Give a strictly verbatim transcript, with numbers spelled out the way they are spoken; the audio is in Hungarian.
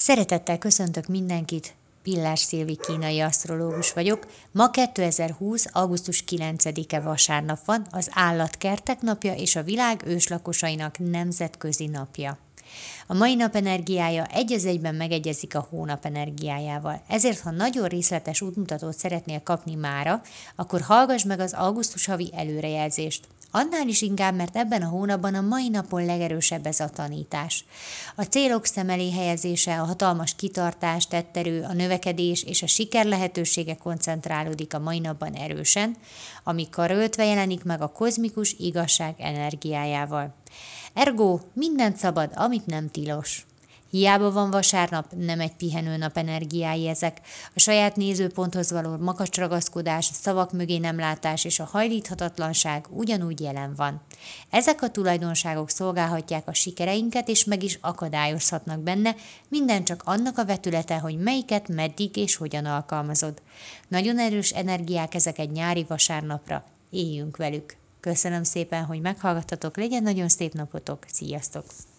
Szeretettel köszöntök mindenkit, Pillás Szilvi kínai asztrológus vagyok. Ma kétezer-húsz. augusztus kilencedike vasárnap van, az állatkertek napja és a világ őslakosainak nemzetközi napja. A mai nap energiája egy az egyben megegyezik a hónap energiájával. Ezért, ha nagyon részletes útmutatót szeretnél kapni mára, akkor hallgass meg az augusztus havi előrejelzést. Annál is inkább, mert ebben a hónapban a mai napon legerősebb ez a tanítás. A célok szem elé helyezése, a hatalmas kitartás, tetterő, a növekedés és a siker lehetősége koncentrálódik a mai napban erősen, ami karöltve jelenik meg a kozmikus igazság energiájával. Ergo, mindent szabad, amit nem tilos. Hiába van vasárnap, nem egy pihenőnap energiái ezek. A saját nézőponthoz való makacs ragaszkodás, a szavak mögé nem látás és a hajlíthatatlanság ugyanúgy jelen van. Ezek a tulajdonságok szolgálhatják a sikereinket, és meg is akadályozhatnak benne, minden csak annak a vetülete, hogy melyiket, meddig és hogyan alkalmazod. Nagyon erős energiák ezek egy nyári vasárnapra, éljünk velük. Köszönöm szépen, hogy meghallgattatok, legyen nagyon szép napotok, sziasztok!